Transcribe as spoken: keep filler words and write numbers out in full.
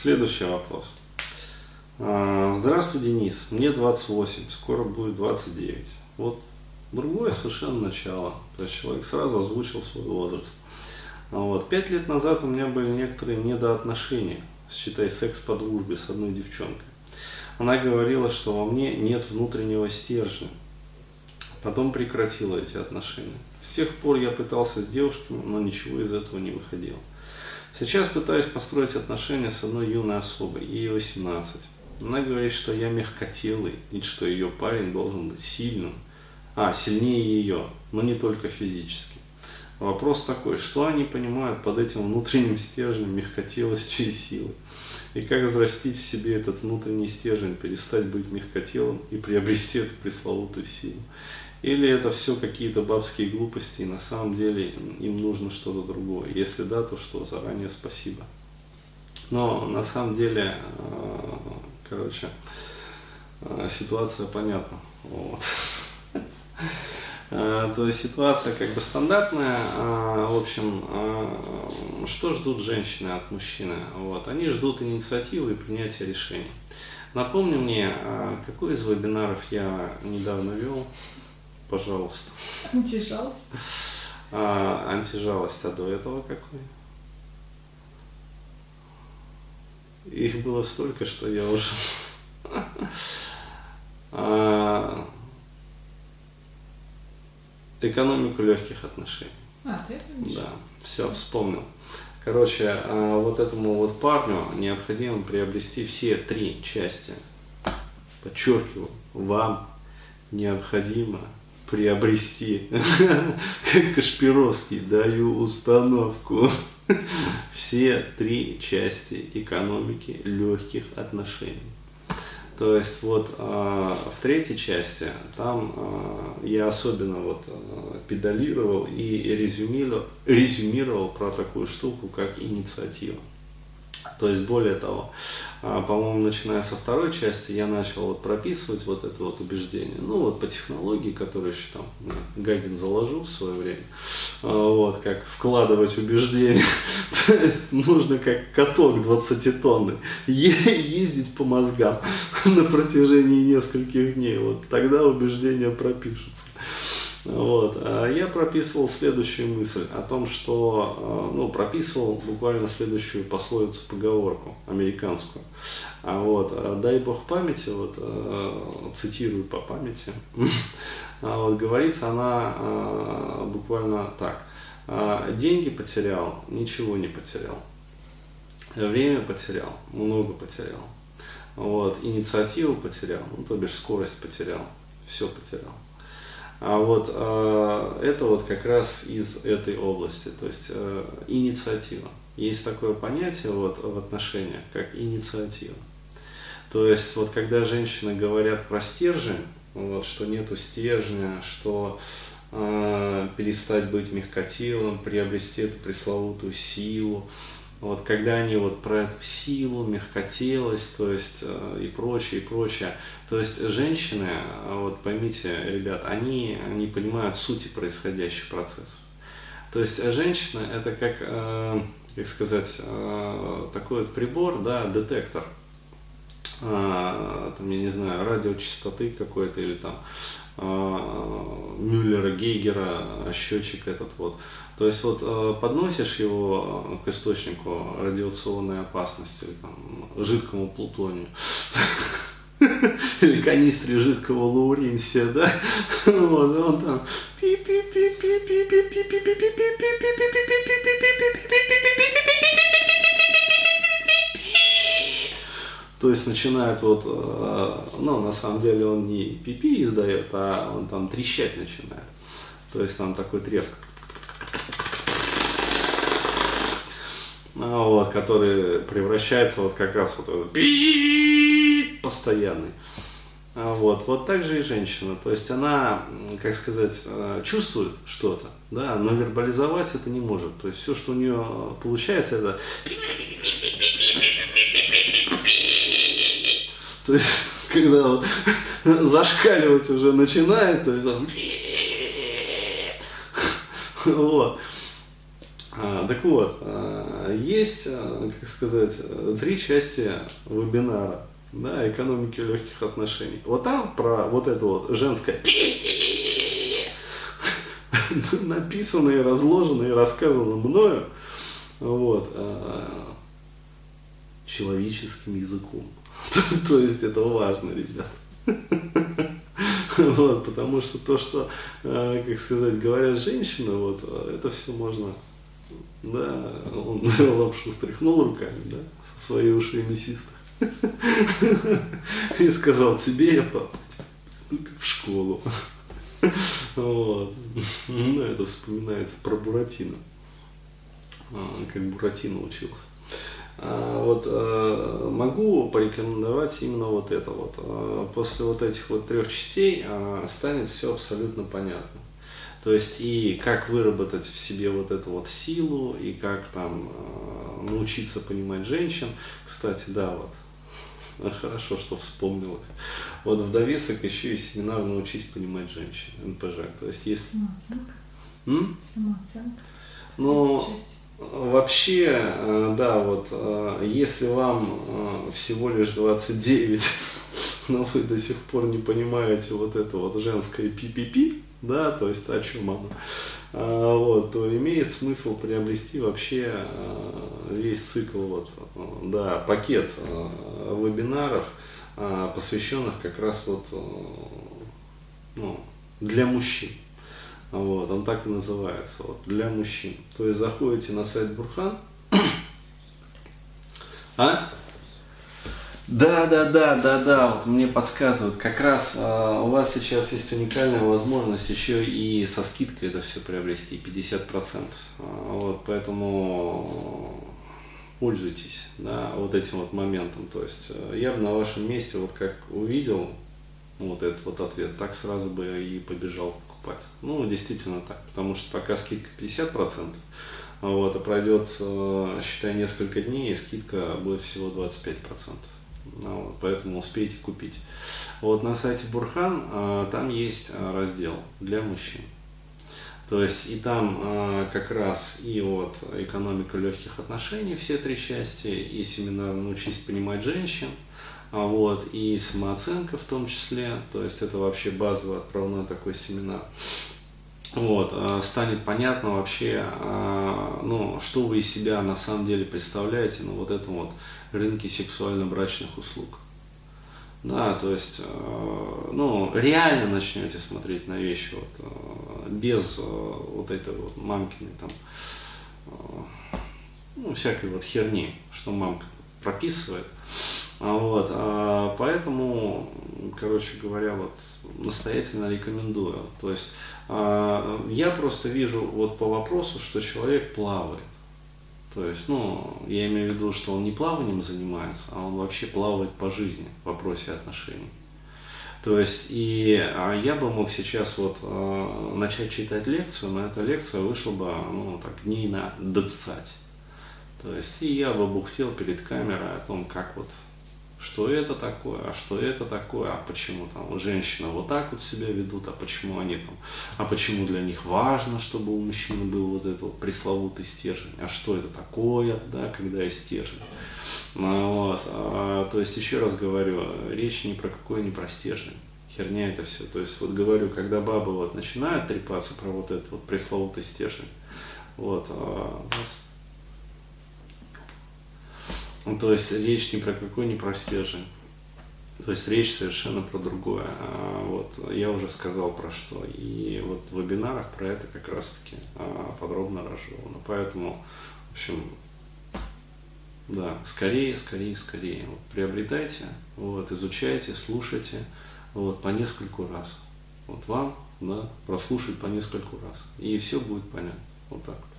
Следующий вопрос. Здравствуй, Денис. Мне двадцать восемь, скоро будет двадцать девять. Вот другое совершенно начало. То есть человек сразу озвучил свой возраст. Вот. Пять лет назад у меня были некоторые недоотношения, считай, секс по дружбе с одной девчонкой. Она говорила, что во мне нет внутреннего стержня. Потом прекратила эти отношения. С тех пор я пытался с девушками, но ничего из этого не выходило. Сейчас пытаюсь построить отношения с одной юной особой, ей восемнадцать. Она говорит, что я мягкотелый, и что ее парень должен быть сильным, а, сильнее ее, но не только физически. Вопрос такой, что они понимают под этим внутренним стержнем, мягкотелостью и силой? И как взрастить в себе этот внутренний стержень, перестать быть мягкотелым и приобрести эту пресловутую силу? Или это все какие-то бабские глупости, и на самом деле им нужно что-то другое? Если да, то что? Заранее спасибо. Но на самом деле, короче, ситуация понятна. Вот. То есть ситуация как бы стандартная. В общем, что ждут женщины от мужчины? Вот. Они ждут инициативы и принятия решений. Напомни мне, какой из вебинаров я недавно вел? Пожалуйста. Антижалость. А, антижалость, а до этого какой? Их было столько, что я уже... а, экономику легких отношений. А, ты это видишь? Да, все, вспомнил. Короче, а, вот этому вот парню необходимо приобрести все три части. Подчеркиваю, вам необходимо приобрести, как Кашпировский, даю установку, все три части экономики легких отношений. То есть вот а, в третьей части там а, я особенно вот а, педалировал и резюмировал, резюмировал про такую штуку, как инициатива. То есть более того, по-моему, начиная со второй части, я начал вот прописывать вот это вот убеждение. Ну вот по технологии, которую еще там Гагин заложил в свое время, вот, как вкладывать убеждения. То есть нужно как каток двадцатитонный ездить по мозгам на протяжении нескольких дней. Вот тогда убеждения пропишутся. Вот. А я прописывал следующую мысль о том, что, ну, прописывал буквально следующую пословицу, поговорку американскую. А вот, дай бог памяти, вот, цитирую по памяти, а вот, говорится она буквально так: деньги потерял, ничего не потерял, время потерял, много потерял, вот, инициативу потерял, ну, то бишь скорость потерял, все потерял. А вот э, это вот как раз из этой области, то есть э, инициатива. Есть такое понятие вот в отношениях, как инициатива. То есть вот когда женщины говорят про стержень, вот, что нету стержня, что э, перестать быть мягкотелым, приобрести эту пресловутую силу, вот когда они вот про эту силу, мягкотелость, то есть э, и прочее, и прочее. То есть женщины, вот поймите, ребят, они не понимают сути происходящих процессов. То есть женщина это как, э, как сказать, э, такой вот прибор, да, детектор, э, там, я не знаю, радиочастоты какой-то или там э, Мюллера, Гейгера, счетчик этот вот. То есть вот э, подносишь его к источнику радиационной опасности, или, там, жидкому плутонию, или канистре жидкого лауренсия, да, вот, он там то есть начинает вот, ну, на самом деле он не пипи издает, а он там трещать начинает. То есть там такой треск. Вот, который превращается вот как раз вот в этот постоянный. Вот, вот так же и женщина. То есть она, как сказать, чувствует что-то, да, но вербализовать это не может. То есть все, что у нее получается, это... То есть, когда вот зашкаливать уже начинает, то есть он... Вот. Так вот, есть, как сказать, три части вебинара, да, экономики легких отношений. Вот там про вот это вот женское написано и разложено и рассказано мною, вот, человеческим языком. То есть это важно, ребят. Вот, потому что то, что, как сказать, говорят женщины, вот, это все можно, да, он лапшу стряхнул руками, да, со своей ушей мясистых. И сказал, тебе я, папа, в школу. Вот. Ну, это вспоминается про Буратино, как Буратино учился. А, вот, а, могу порекомендовать именно вот это вот. А, после вот этих вот трех частей а, станет все абсолютно понятно. То есть и как выработать в себе вот эту вот силу, и как там а, научиться понимать женщин. Кстати, да, вот, хорошо, что вспомнилось. Вот в довесок еще и семинар «Научись понимать женщин», эн пэ жэ. То есть есть... Самооценка. М? Самооценка. Ну, вообще, да, вот, если вам всего лишь двадцать девять, но вы до сих пор не понимаете вот это вот женское пи-пи-пи, да, то есть о чем оно, вот, то имеет смысл приобрести вообще весь цикл, вот, да, пакет вебинаров, посвященных как раз вот, ну, для мужчин. Вот, он так и называется, вот, для мужчин. То есть заходите на сайт Бурхан. А? Да, да, да, да, да, вот мне подсказывают, как раз а, у вас сейчас есть уникальная возможность еще и со скидкой это все приобрести, пятьдесят процентов. А, вот, поэтому пользуйтесь, да, вот этим вот моментом. То есть я бы на вашем месте, вот как увидел вот этот вот ответ, так сразу бы и побежал покупать. Ну, действительно так, потому что пока скидка пятьдесят процентов, вот, а пройдет, считай, несколько дней, и скидка будет всего двадцать пять процентов. Ну, вот, поэтому успейте купить. Вот на сайте Бурхан там есть раздел для мужчин. То есть и там как раз и вот экономика легких отношений, все три части, и семинар «Научись понимать женщин», вот, и самооценка в том числе, то есть это вообще базовый отправной такой семинар. Вот, станет понятно вообще, ну, что вы из себя на самом деле представляете на вот этом вот рынке сексуально-брачных услуг. Да, то есть, ну, реально начнете смотреть на вещи вот, без вот этой вот мамкиной там, ну, всякой вот херни, что мамка прописывает. Вот, а поэтому, короче говоря, вот настоятельно рекомендую. То есть а, я просто вижу вот по вопросу, что человек плавает. То есть, ну, я имею в виду, что он не плаванием занимается, а он вообще плавает по жизни в вопросе отношений. То есть, и а я бы мог сейчас вот а, начать читать лекцию, но эта лекция вышла бы, ну, так, дней на двадцать. То есть, и я бы бухтел перед камерой о том, как вот, что это такое, а что это такое, а почему там женщины вот так вот себя ведут, а почему они там, а почему для них важно, чтобы у мужчины был вот этот вот пресловутый стержень, а что это такое, да, когда есть стержень. Ну, вот, а, то есть, еще раз говорю, речь ни про какой, ни про стержень. Херня это все. То есть, вот говорю, когда бабы вот начинают трепаться про вот этот вот пресловутый стержень, вот, а, у нас... Ну, то есть речь ни про какой, ни про стержень. То есть речь совершенно про другое. А, вот, я уже сказал про что. И вот в вебинарах про это как раз таки а, подробно разжевано. Поэтому, в общем, да, скорее, скорее, скорее. Вот, приобретайте, вот, изучайте, слушайте вот, по нескольку раз. Вот вам, да, прослушать по нескольку раз. И все будет понятно. Вот так.